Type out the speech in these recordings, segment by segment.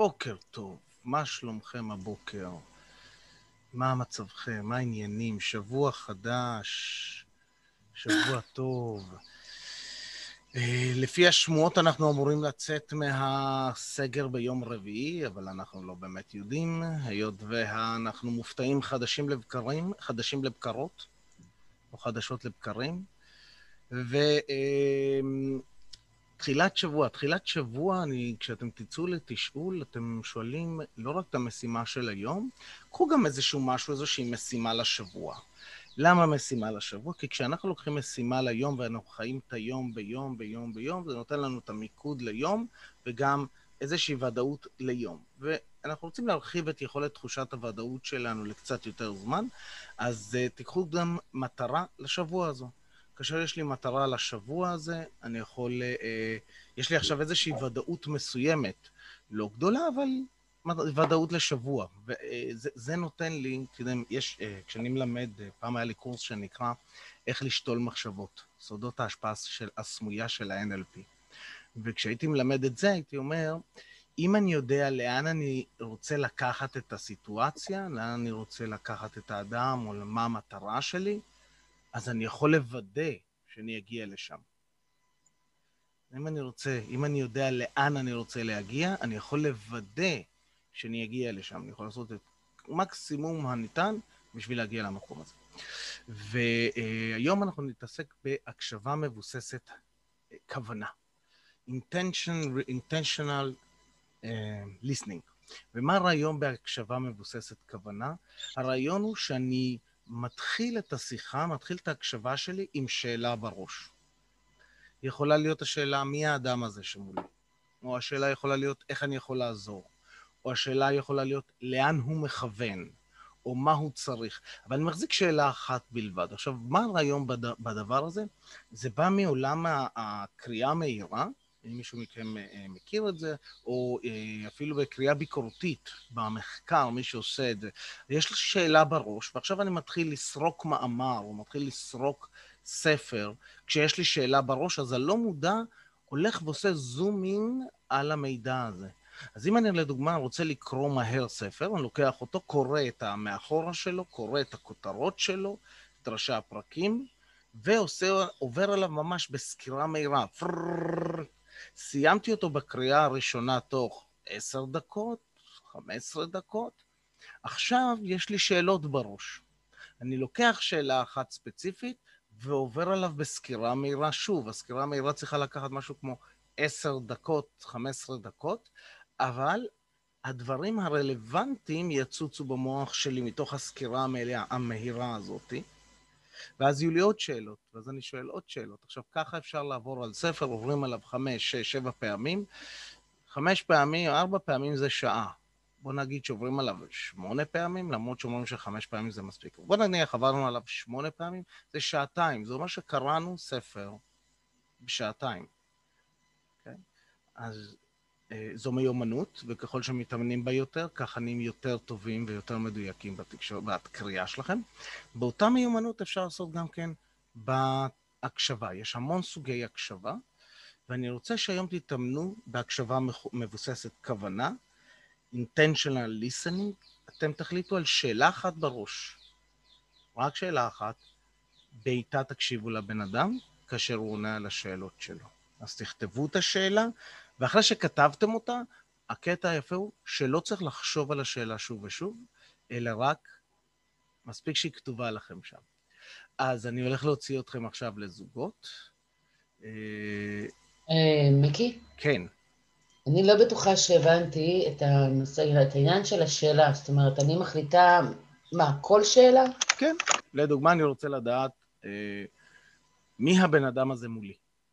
בוקר טוב, מה שלומכם הבוקר? מה מצבכם? מה העניינים? שבוע חדש, שבוע טוב. לפי השמועות אנחנו אמורים לצאת מהסגר ביום רביעי, אבל אנחנו לא באמת יודעים, היות ואנחנו מופתעים חדשים לבקרות, או חדשות לבקרים. תחילת שבוע, כשאתם תצאו לתשאול, אתם שואלים לא רק את המשימה של היום, קחו גם איזושהי משימה לשבוע. למה משימה לשבוע? כי כשאנחנו לוקחים משימה ליום ואנחנו חיים את היום ביום, זה נותן לנו את המיקוד ליום וגם איזושהי ודאות ליום. ואנחנו רוצים להרחיב את יכולת תחושת הוודאות שלנו לקצת יותר זמן, אז תיקחו גם מטרה לשבוע הזו. כאשר יש לי מטרה לשבוע הזה, יש לי עכשיו איזושהי ודאות מסוימת, לא גדולה, אבל ודאות לשבוע. וזה נותן לי, כשאני מלמד, פעם היה לי קורס שנקרא איך לשתול מחשבות, סודות ההשפעה הסמויה של ה-NLP. וכשהייתי מלמד את זה, הייתי אומר, אם אני יודע לאן אני רוצה לקחת את הסיטואציה, לאן אני רוצה לקחת את האדם, או מה המטרה שלי, אז אני יכול לוודא שאני אגיע לשם. אם אני יודע לאן אני רוצה להגיע, אני יכול לוודא שאני אגיע לשם. אני יכול לעשות את מקסימום הניתן בשביל להגיע למקום הזה. והיום אנחנו נתעסק בהקשבה מבוססת כוונה. intentional listening. ומה הרעיון בהקשבה מבוססת כוונה? הרעיון הוא שאני מתחיל את השיחה, מתחיל את ההקשבה שלי עם שאלה בראש. יכולה להיות השאלה, מי האדם הזה שמולי? או השאלה יכולה להיות, איך אני יכול לעזור? או השאלה יכולה להיות, לאן הוא מכוון? או מה הוא צריך? אבל אני מחזיק שאלה אחת בלבד. עכשיו, מה הרעיון בדבר הזה? זה בא מעולם הקריאה המהירה, אם מישהו מכם מכיר את זה, או אפילו בקריאה ביקורתית, במחקר, מי שעושה את זה. יש לי שאלה בראש, ועכשיו אני מתחיל לסרוק מאמר, או מתחיל לסרוק ספר. כשיש לי שאלה בראש, אז הלא מודע הולך ועושה זום-אין על המידע הזה. אז אם אני לדוגמה רוצה לקרוא מהר ספר, אני לוקח אותו, קורא את המאחורה שלו, קורא את הכותרות שלו, את ראשי הפרקים, ועובר עליו ממש בסקירה מהירה. סיימתי אותו בקריאה הראשונה תוך 10 דקות, 15 דקות. עכשיו יש לי שאלות בראש. אני לוקח שאלה אחת ספציפית ועובר עליו בסקירה מהירה שוב. הסקירה המהירה צריכה לקחת משהו כמו 10 דקות, 15 דקות, אבל הדברים הרלוונטיים יצוצו במוח שלי מתוך הסקירה המהירה הזאת, ואז יהיו לי עוד שאלות, ואז אני שואל עוד שאלות. עכשיו, ככה אפשר לעבור על ספר, עוברים עליו 5, 6, 7 פעמים. 5 פעמים, 4 פעמים זה שעה. בוא נגיד שעוברים עליו 8 פעמים, למרות שאומרים ש5 פעמים זה מספיק. בוא נניח, עברנו עליו 8 פעמים, זה שעתיים. זה אומר שקראנו ספר בשעתיים. Okay? אז זו מיומנות, וככל שמתאמנים בה יותר, כך נהיים יותר טובים ויותר מדויקים בקריאה שלכם. באותה מיומנות אפשר לעשות גם כן בהקשבה. יש המון סוגי הקשבה, ואני רוצה שהיום תתאמנו בהקשבה מבוססת כוונה, intentional listening. אתם תחליטו על שאלה אחת בראש, רק שאלה אחת, בעיטה תקשיבו לבן אדם, כאשר הוא עונה על השאלות שלו. אז תכתבו את השאלה, ואחרי שכתבתם אותה, הקטע היפה הוא שלא צריך לחשוב על השאלה שוב ושוב, אלא רק מספיק שהיא כתובה לכם שם. אז אני הולך להוציא אתכם עכשיו לזוגות. מיקי? כן. אני לא בטוחה שהבנתי את הנושא, את העניין של השאלה. זאת אומרת, אני מחליטה, מה, כל שאלה? כן. לדוגמה, אני רוצה לדעת מי הבן אדם הזה מולי.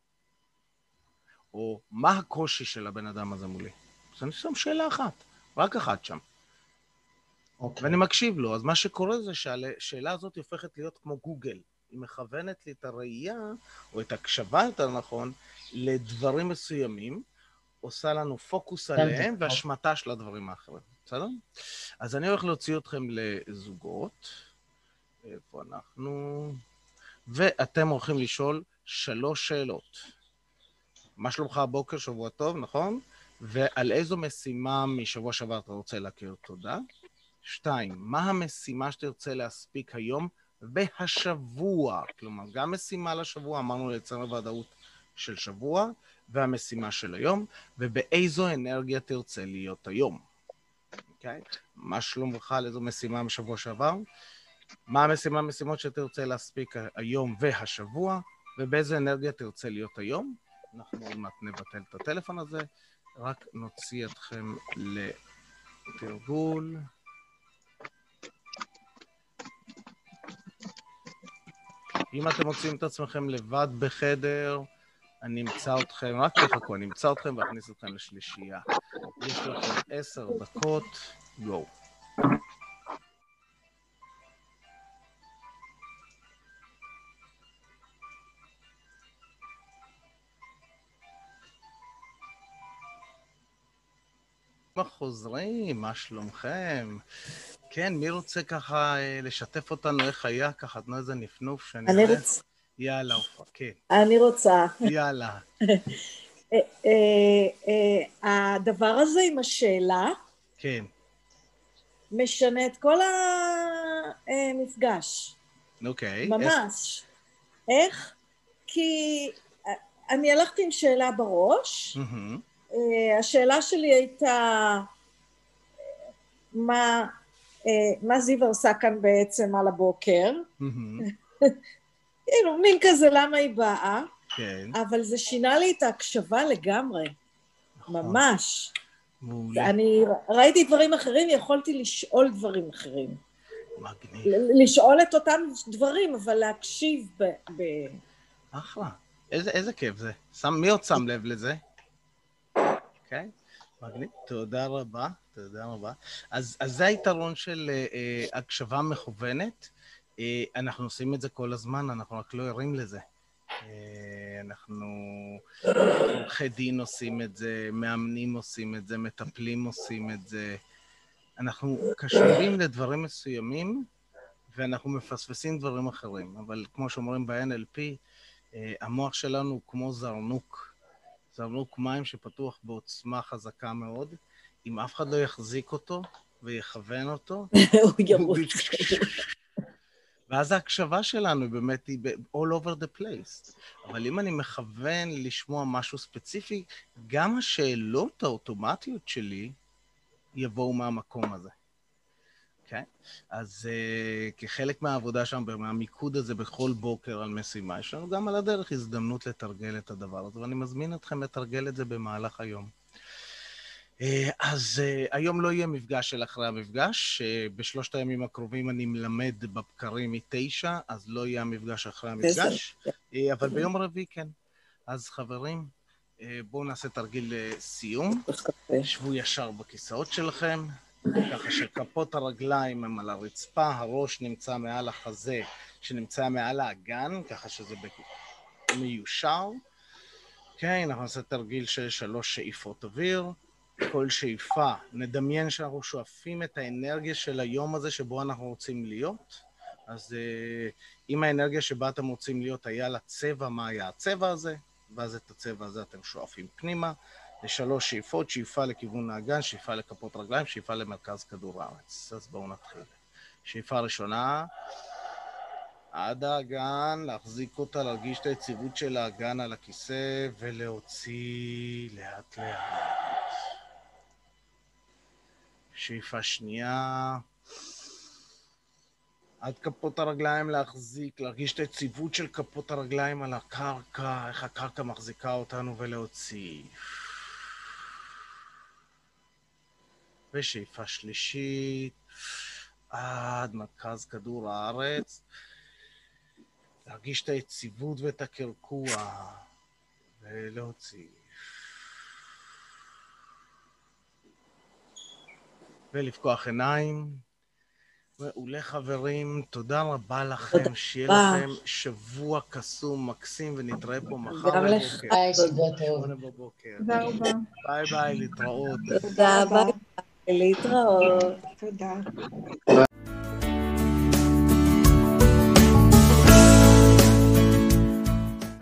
או מה הקושי של הבן אדם הזה מולי. אז אני שם שאלה אחת, רק אחת שם. ואני מקשיב לו, אז מה שקורה זה שהשאלה הזאת הופכת להיות כמו גוגל. היא מכוונת לי את הראייה, או את הקשבה יותר נכון, לדברים מסוימים, עושה לנו פוקוס עליהם, והשמטה של הדברים האחרים. בסדר? אז אני הולך להוציא אתכם לזוגות. איפה אנחנו? ואתם הולכים לשאול 3 שאלות. מה שלומך הבוקר? שבוע טוב, נכון? ועל איזו משימה משבוע שעבר אתה רוצה להכיר תודה? 2, מה המשימה שתרצה להספיק היום והשבוע? כלומר, גם משימה לשבוע, אמרנו לייצר ודאות של שבוע, והמשימה של היום, ובאיזו אנרגיה תרצה להיות היום. אוקיי? מה שלומך על איזו משימה משבוע שעבר? מה המשימות שתרצה להספיק היום והשבוע, ובאיזו אנרגיה תרצה להיות היום? אנחנו עוד מעט נבטל את הטלפון הזה, רק נוציא אתכם לתרגול. אם אתם מוצאים את עצמכם לבד בחדר, אני אמצא אתכם, רק תחכו, אני אמצא אתכם ואכניס אתכם לשלישייה. יש לכם 10 דקות, גו. חוזרים, מה שלומכם? כן, מי רוצה ככה לשתף אותנו איך היה? ככה תנו איזה נפנוף שאני אני רואה. רוצה. יאללה, אופה, כן. אני רוצה. יאללה. הדבר הזה עם השאלה, כן. משנה את כל המפגש. אוקיי. ממש. איך? כי אני הלכתי עם שאלה בראש, השאלה שלי הייתה, מה זיווה עושה כאן בעצם על הבוקר? כאילו, מין כזה למה היא באה, אבל זה שינה לי את ההקשבה לגמרי, ממש. אני ראיתי דברים אחרים, יכולתי לשאול דברים אחרים. מגניב. לשאול את אותם דברים, אבל להקשיב אחלה. איזה כיף זה. מי עוד שם לב לזה? אוקיי, מגניב. תודה רבה, תודה רבה. אז זה היתרון של הקשבה מכוונת. אנחנו עושים את זה כל הזמן, אנחנו רק לא ערים לזה. אנחנו עורכי דין עושים את זה, מאמנים עושים את זה, מטפלים עושים את זה. אנחנו קשובים לדברים מסוימים, ואנחנו מפספסים דברים אחרים. אבל כמו שאומרים ב-NLP, המוח שלנו הוא כמו זרנוק. זרנוק מים שפתוח בעוצמה חזקה מאוד. אם אף אחד לא יחזיק אותו ויכוון אותו, הוא ירוץ. ואז ההקשבה שלנו באמת היא all over the place. אבל אם אני מכוון לשמוע משהו ספציפי, גם השאלות האוטומטיות שלי יבואו מהמקום הזה. אוקיי? אז כחלק מהעבודה שם, מהמיקוד הזה בכל בוקר על משימה, יש לנו גם על הדרך הזדמנות לתרגל את הדבר הזה, ואני מזמין אתכם לתרגל את זה במהלך היום. אז היום לא יהיה מפגש של אחרי המפגש, בשלושת הימים הקרובים אני מלמד בבקרים מ-9, אז לא יהיה המפגש אחרי המפגש, אבל ביום רביעי כן. אז חברים, בואו נעשה תרגיל לסיום, שבו ישר בכיסאות שלכם, ככה שכפות הרגליים הם על הרצפה, הראש נמצא מעל החזה שנמצא מעל האגן, ככה שזה מיושר. כן, אנחנו נעשה תרגיל של 3 שאיפות אוויר. כל שאיפה, נדמיין שאנחנו שואפים את האנרגיה של היום הזה שבו אנחנו רוצים להיות. אז אם האנרגיה שבה אתם רוצים להיות היה לצבע, מה היה הצבע הזה? ואז את הצבע הזה אתם שואפים פנימה. ל3 שאיפות, שאיפה לכיוון האגן, שאיפה לכפות רגליים, שאיפה למרכז כדור הארץ. אז בואו נתחיל. שאיפה ראשונה, עד האגן, להחזיק אותה, להרגיש את היציבות של האגן על הכיסא, ולהוציא לאט לאט. שאיפה שנייה, עד כפות הרגליים להחזיק, להרגיש את היציבות של כפות הרגליים על הקרקע, איך הקרקע מחזיקה אותנו ולהוציא. ושאיפה שלישית, עד מרכז כדור הארץ, להרגיש את היציבות ואת הקרקוע, ולהוציא. ולפקוח עיניים. מעולה חברים, תודה רבה לכם, שיהיה לכם שבוע קסום, מקסים, ונתראה פה מחר בבוקר. ביי, שבוע טוב. 8 בבוקר. תודה רבה. ביי ביי, להתראות. תודה, ביי, להתראות. תודה.